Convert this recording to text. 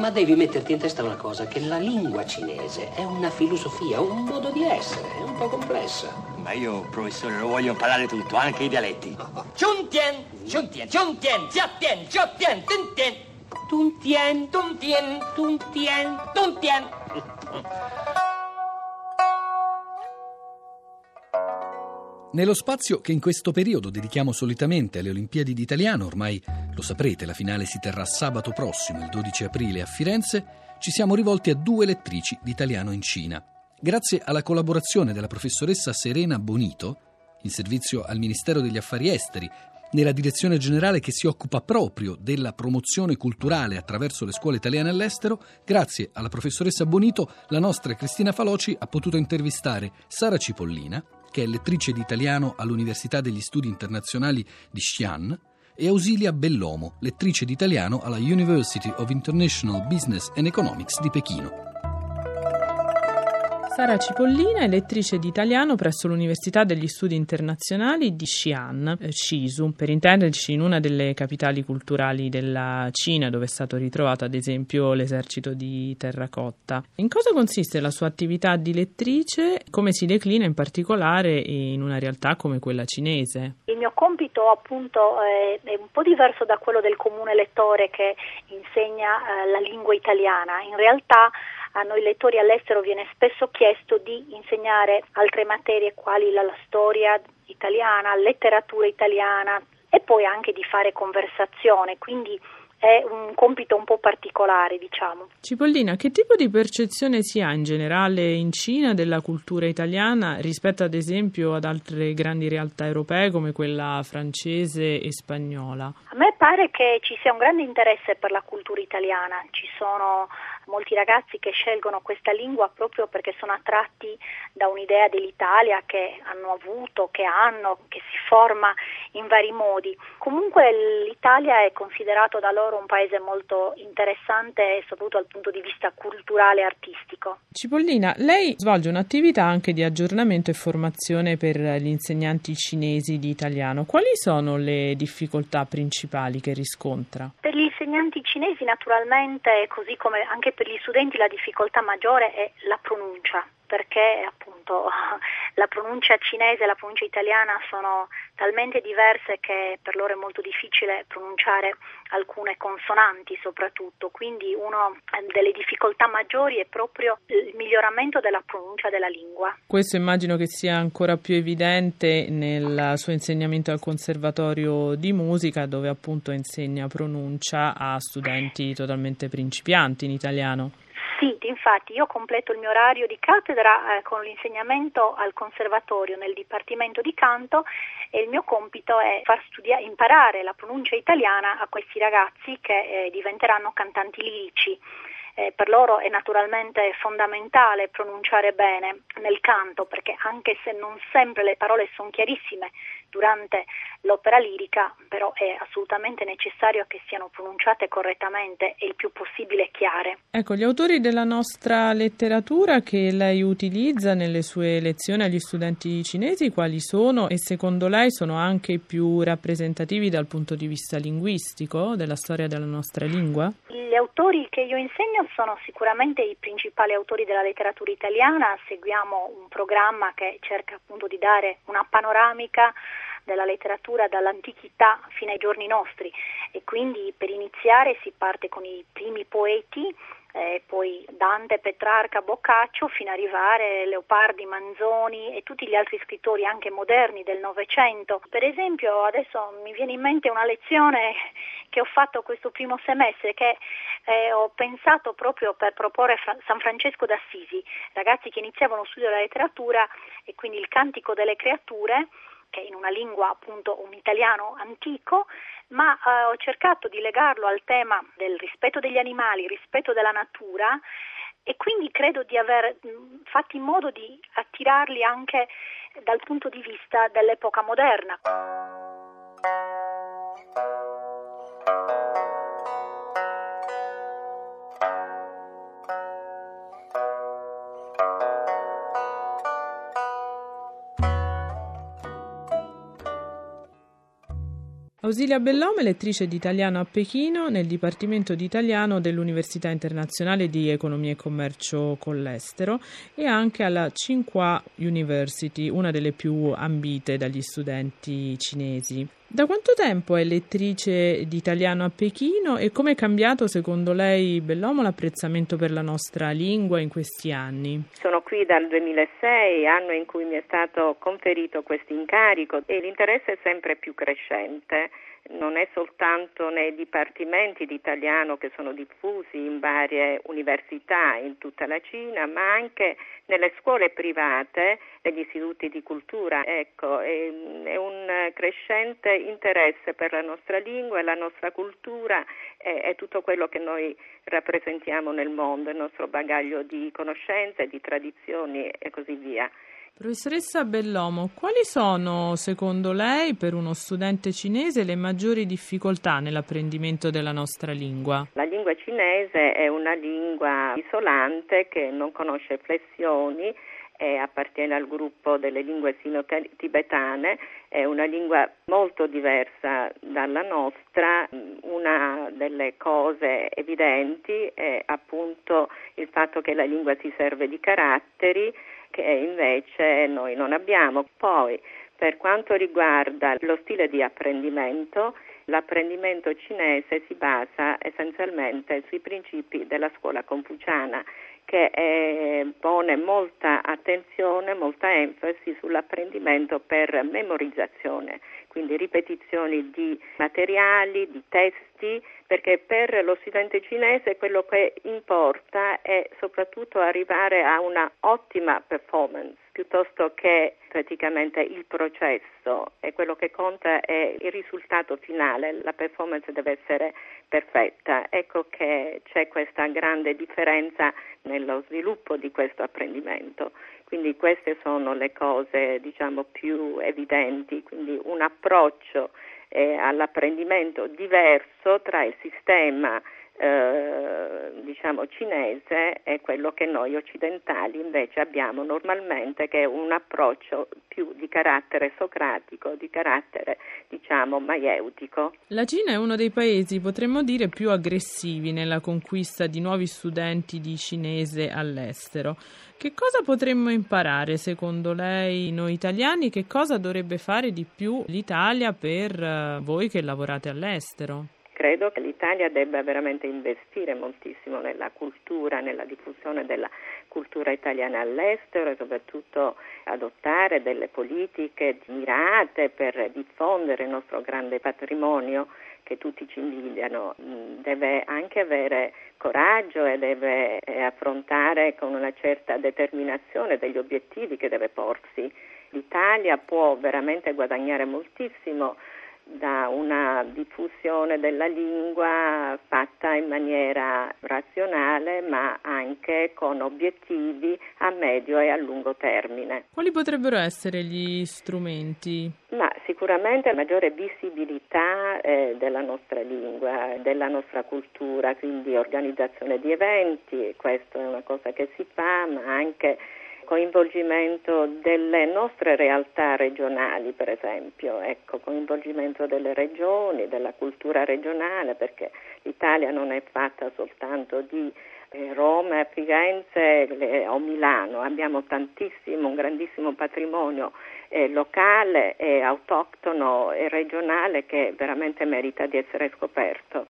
Ma devi metterti in testa una cosa, che la lingua cinese è una filosofia, un modo di essere, è un po' complessa. Ma io, professore, lo voglio imparare tutto, anche i dialetti. Chun-tien, chun-tien, chun-tien, jia-tien, jia-tien, tun-tien. Tun-tien, Tun-tien, tun-tien. tun-tien. Nello spazio che in questo periodo dedichiamo solitamente alle Olimpiadi d'Italiano, ormai lo saprete, la finale si terrà sabato prossimo, il 12 aprile a Firenze, ci siamo rivolti a 2 lettrici di italiano in Cina. Grazie alla collaborazione della professoressa Serena Bonito, in servizio al Ministero degli Affari Esteri, nella direzione generale che si occupa proprio della promozione culturale attraverso le scuole italiane all'estero, grazie alla professoressa Bonito, la nostra Cristina Faloci ha potuto intervistare Sara Cipollina, che è lettrice di italiano all'Università degli Studi Internazionali di Xi'an, e Ausilia Bellomo, lettrice di italiano alla University of International Business and Economics di Pechino. Sara Cipollina è lettrice di italiano presso l'Università degli Studi Internazionali di Xi'an, Shizu, per intenderci in una delle capitali culturali della Cina, dove è stato ritrovato ad esempio l'esercito di terracotta. In cosa consiste la sua attività di lettrice? Come si declina in particolare in una realtà come quella cinese? Il mio compito appunto è un po' diverso da quello del comune lettore che insegna la lingua italiana. In realtà a noi lettori all'estero viene spesso chiesto di insegnare altre materie quali la storia italiana, letteratura italiana e poi anche di fare conversazione, quindi è un compito un po' particolare, diciamo. Cipollina, che tipo di percezione si ha in generale in Cina della cultura italiana rispetto ad esempio ad altre grandi realtà europee come quella francese e spagnola? A me pare che ci sia un grande interesse per la cultura italiana, ci sono molti ragazzi che scelgono questa lingua proprio perché sono attratti da un'idea dell'Italia che hanno avuto, che si forma in vari modi. Comunque l'Italia è considerato da loro un paese molto interessante, soprattutto dal punto di vista culturale e artistico. Cipollina, lei svolge un'attività anche di aggiornamento e formazione per gli insegnanti cinesi di italiano. Quali sono le difficoltà principali che riscontra? Per gli insegnanti cinesi naturalmente, così come anche per gli studenti, la difficoltà maggiore è la pronuncia, perché appunto la pronuncia cinese e la pronuncia italiana sono talmente diverse che per loro è molto difficile pronunciare alcune consonanti soprattutto, quindi una delle difficoltà maggiori è proprio il miglioramento della pronuncia della lingua. Questo immagino che sia ancora più evidente nel suo insegnamento al Conservatorio di Musica, dove appunto insegna pronuncia a studenti totalmente principianti in italiano. Sì, infatti io completo il mio orario di cattedra con l'insegnamento al conservatorio nel dipartimento di canto e il mio compito è far imparare la pronuncia italiana a questi ragazzi che diventeranno cantanti lirici. Per loro è naturalmente fondamentale pronunciare bene nel canto, perché anche se non sempre le parole sono chiarissime durante l'opera lirica, però è assolutamente necessario che siano pronunciate correttamente e il più possibile chiare. Ecco, gli autori della nostra letteratura che lei utilizza nelle sue lezioni agli studenti cinesi, quali sono e secondo lei sono anche più rappresentativi dal punto di vista linguistico della storia della nostra lingua? Gli autori che io insegno sono sicuramente i principali autori della letteratura italiana. Seguiamo un programma che cerca appunto di dare una panoramica della letteratura dall'antichità fino ai giorni nostri e quindi per iniziare si parte con i primi poeti, poi Dante, Petrarca, Boccaccio, fino ad arrivare Leopardi, Manzoni e tutti gli altri scrittori anche moderni del Novecento. Per esempio adesso mi viene in mente una lezione che ho fatto questo primo semestre che ho pensato proprio per proporre San Francesco d'Assisi, ragazzi che iniziavano lo studio della letteratura e quindi il Cantico delle Creature, che è in una lingua appunto un italiano antico, ma ho cercato di legarlo al tema del rispetto degli animali, rispetto della natura e quindi credo di aver fatto in modo di attirarli anche dal punto di vista dell'epoca moderna. Ausilia Bellomo è lettrice di italiano a Pechino nel Dipartimento di Italiano dell'Università Internazionale di Economia e Commercio con l'Estero e anche alla Tsinghua University, una delle più ambite dagli studenti cinesi. Da quanto tempo è lettrice di italiano a Pechino e come è cambiato secondo lei, Bellomo, l'apprezzamento per la nostra lingua in questi anni? Sono qui dal 2006, anno in cui mi è stato conferito questo incarico, e l'interesse è sempre più crescente. Non è soltanto nei dipartimenti di italiano che sono diffusi in varie università in tutta la Cina, ma anche nelle scuole private, negli istituti di cultura. Ecco, è un crescente interesse per la nostra lingua e la nostra cultura e tutto quello che noi rappresentiamo nel mondo, il nostro bagaglio di conoscenze, di tradizioni e così via. Professoressa Bellomo, quali sono secondo lei per uno studente cinese le maggiori difficoltà nell'apprendimento della nostra lingua? La lingua cinese è una lingua isolante che non conosce flessioni e appartiene al gruppo delle lingue sino-tibetane, è una lingua molto diversa dalla nostra. Una delle cose evidenti è appunto il fatto che la lingua si serve di caratteri che invece noi non abbiamo. Poi, per quanto riguarda lo stile di apprendimento, l'apprendimento cinese si basa essenzialmente sui principi della scuola confuciana, che pone molta attenzione, molta enfasi sull'apprendimento per memorizzazione, quindi ripetizioni di materiali, di testi, perché per lo studente cinese quello che importa è soprattutto arrivare a una ottima performance, piuttosto che praticamente il processo, e quello che conta è il risultato finale, la performance deve essere perfetta. Ecco che c'è questa grande differenza nello sviluppo di questo apprendimento. Quindi queste sono le cose, più evidenti, quindi un approccio all'apprendimento diverso tra il sistema cinese e quello che noi occidentali invece abbiamo normalmente, che è un approccio più di carattere socratico, di carattere maieutico. La Cina è uno dei paesi, potremmo dire, più aggressivi nella conquista di nuovi studenti di cinese all'estero. Che cosa potremmo imparare secondo lei noi italiani? Che cosa dovrebbe fare di più l'Italia per voi che lavorate all'estero? Credo che l'Italia debba veramente investire moltissimo nella cultura, nella diffusione della cultura italiana all'estero e soprattutto adottare delle politiche mirate per diffondere il nostro grande patrimonio che tutti ci invidiano. Deve anche avere coraggio e deve affrontare con una certa determinazione degli obiettivi che deve porsi. L'Italia può veramente guadagnare moltissimo da una diffusione della lingua fatta in maniera razionale, ma anche con obiettivi a medio e a lungo termine. Quali potrebbero essere gli strumenti? Ma sicuramente maggiore visibilità della nostra lingua, della nostra cultura, quindi organizzazione di eventi, questo è una cosa che si fa, ma anche coinvolgimento delle nostre realtà regionali, per esempio, coinvolgimento delle regioni, della cultura regionale, l'Italia non è fatta soltanto di Roma, Firenze o Milano, abbiamo un grandissimo patrimonio locale e autoctono e regionale che veramente merita di essere scoperto.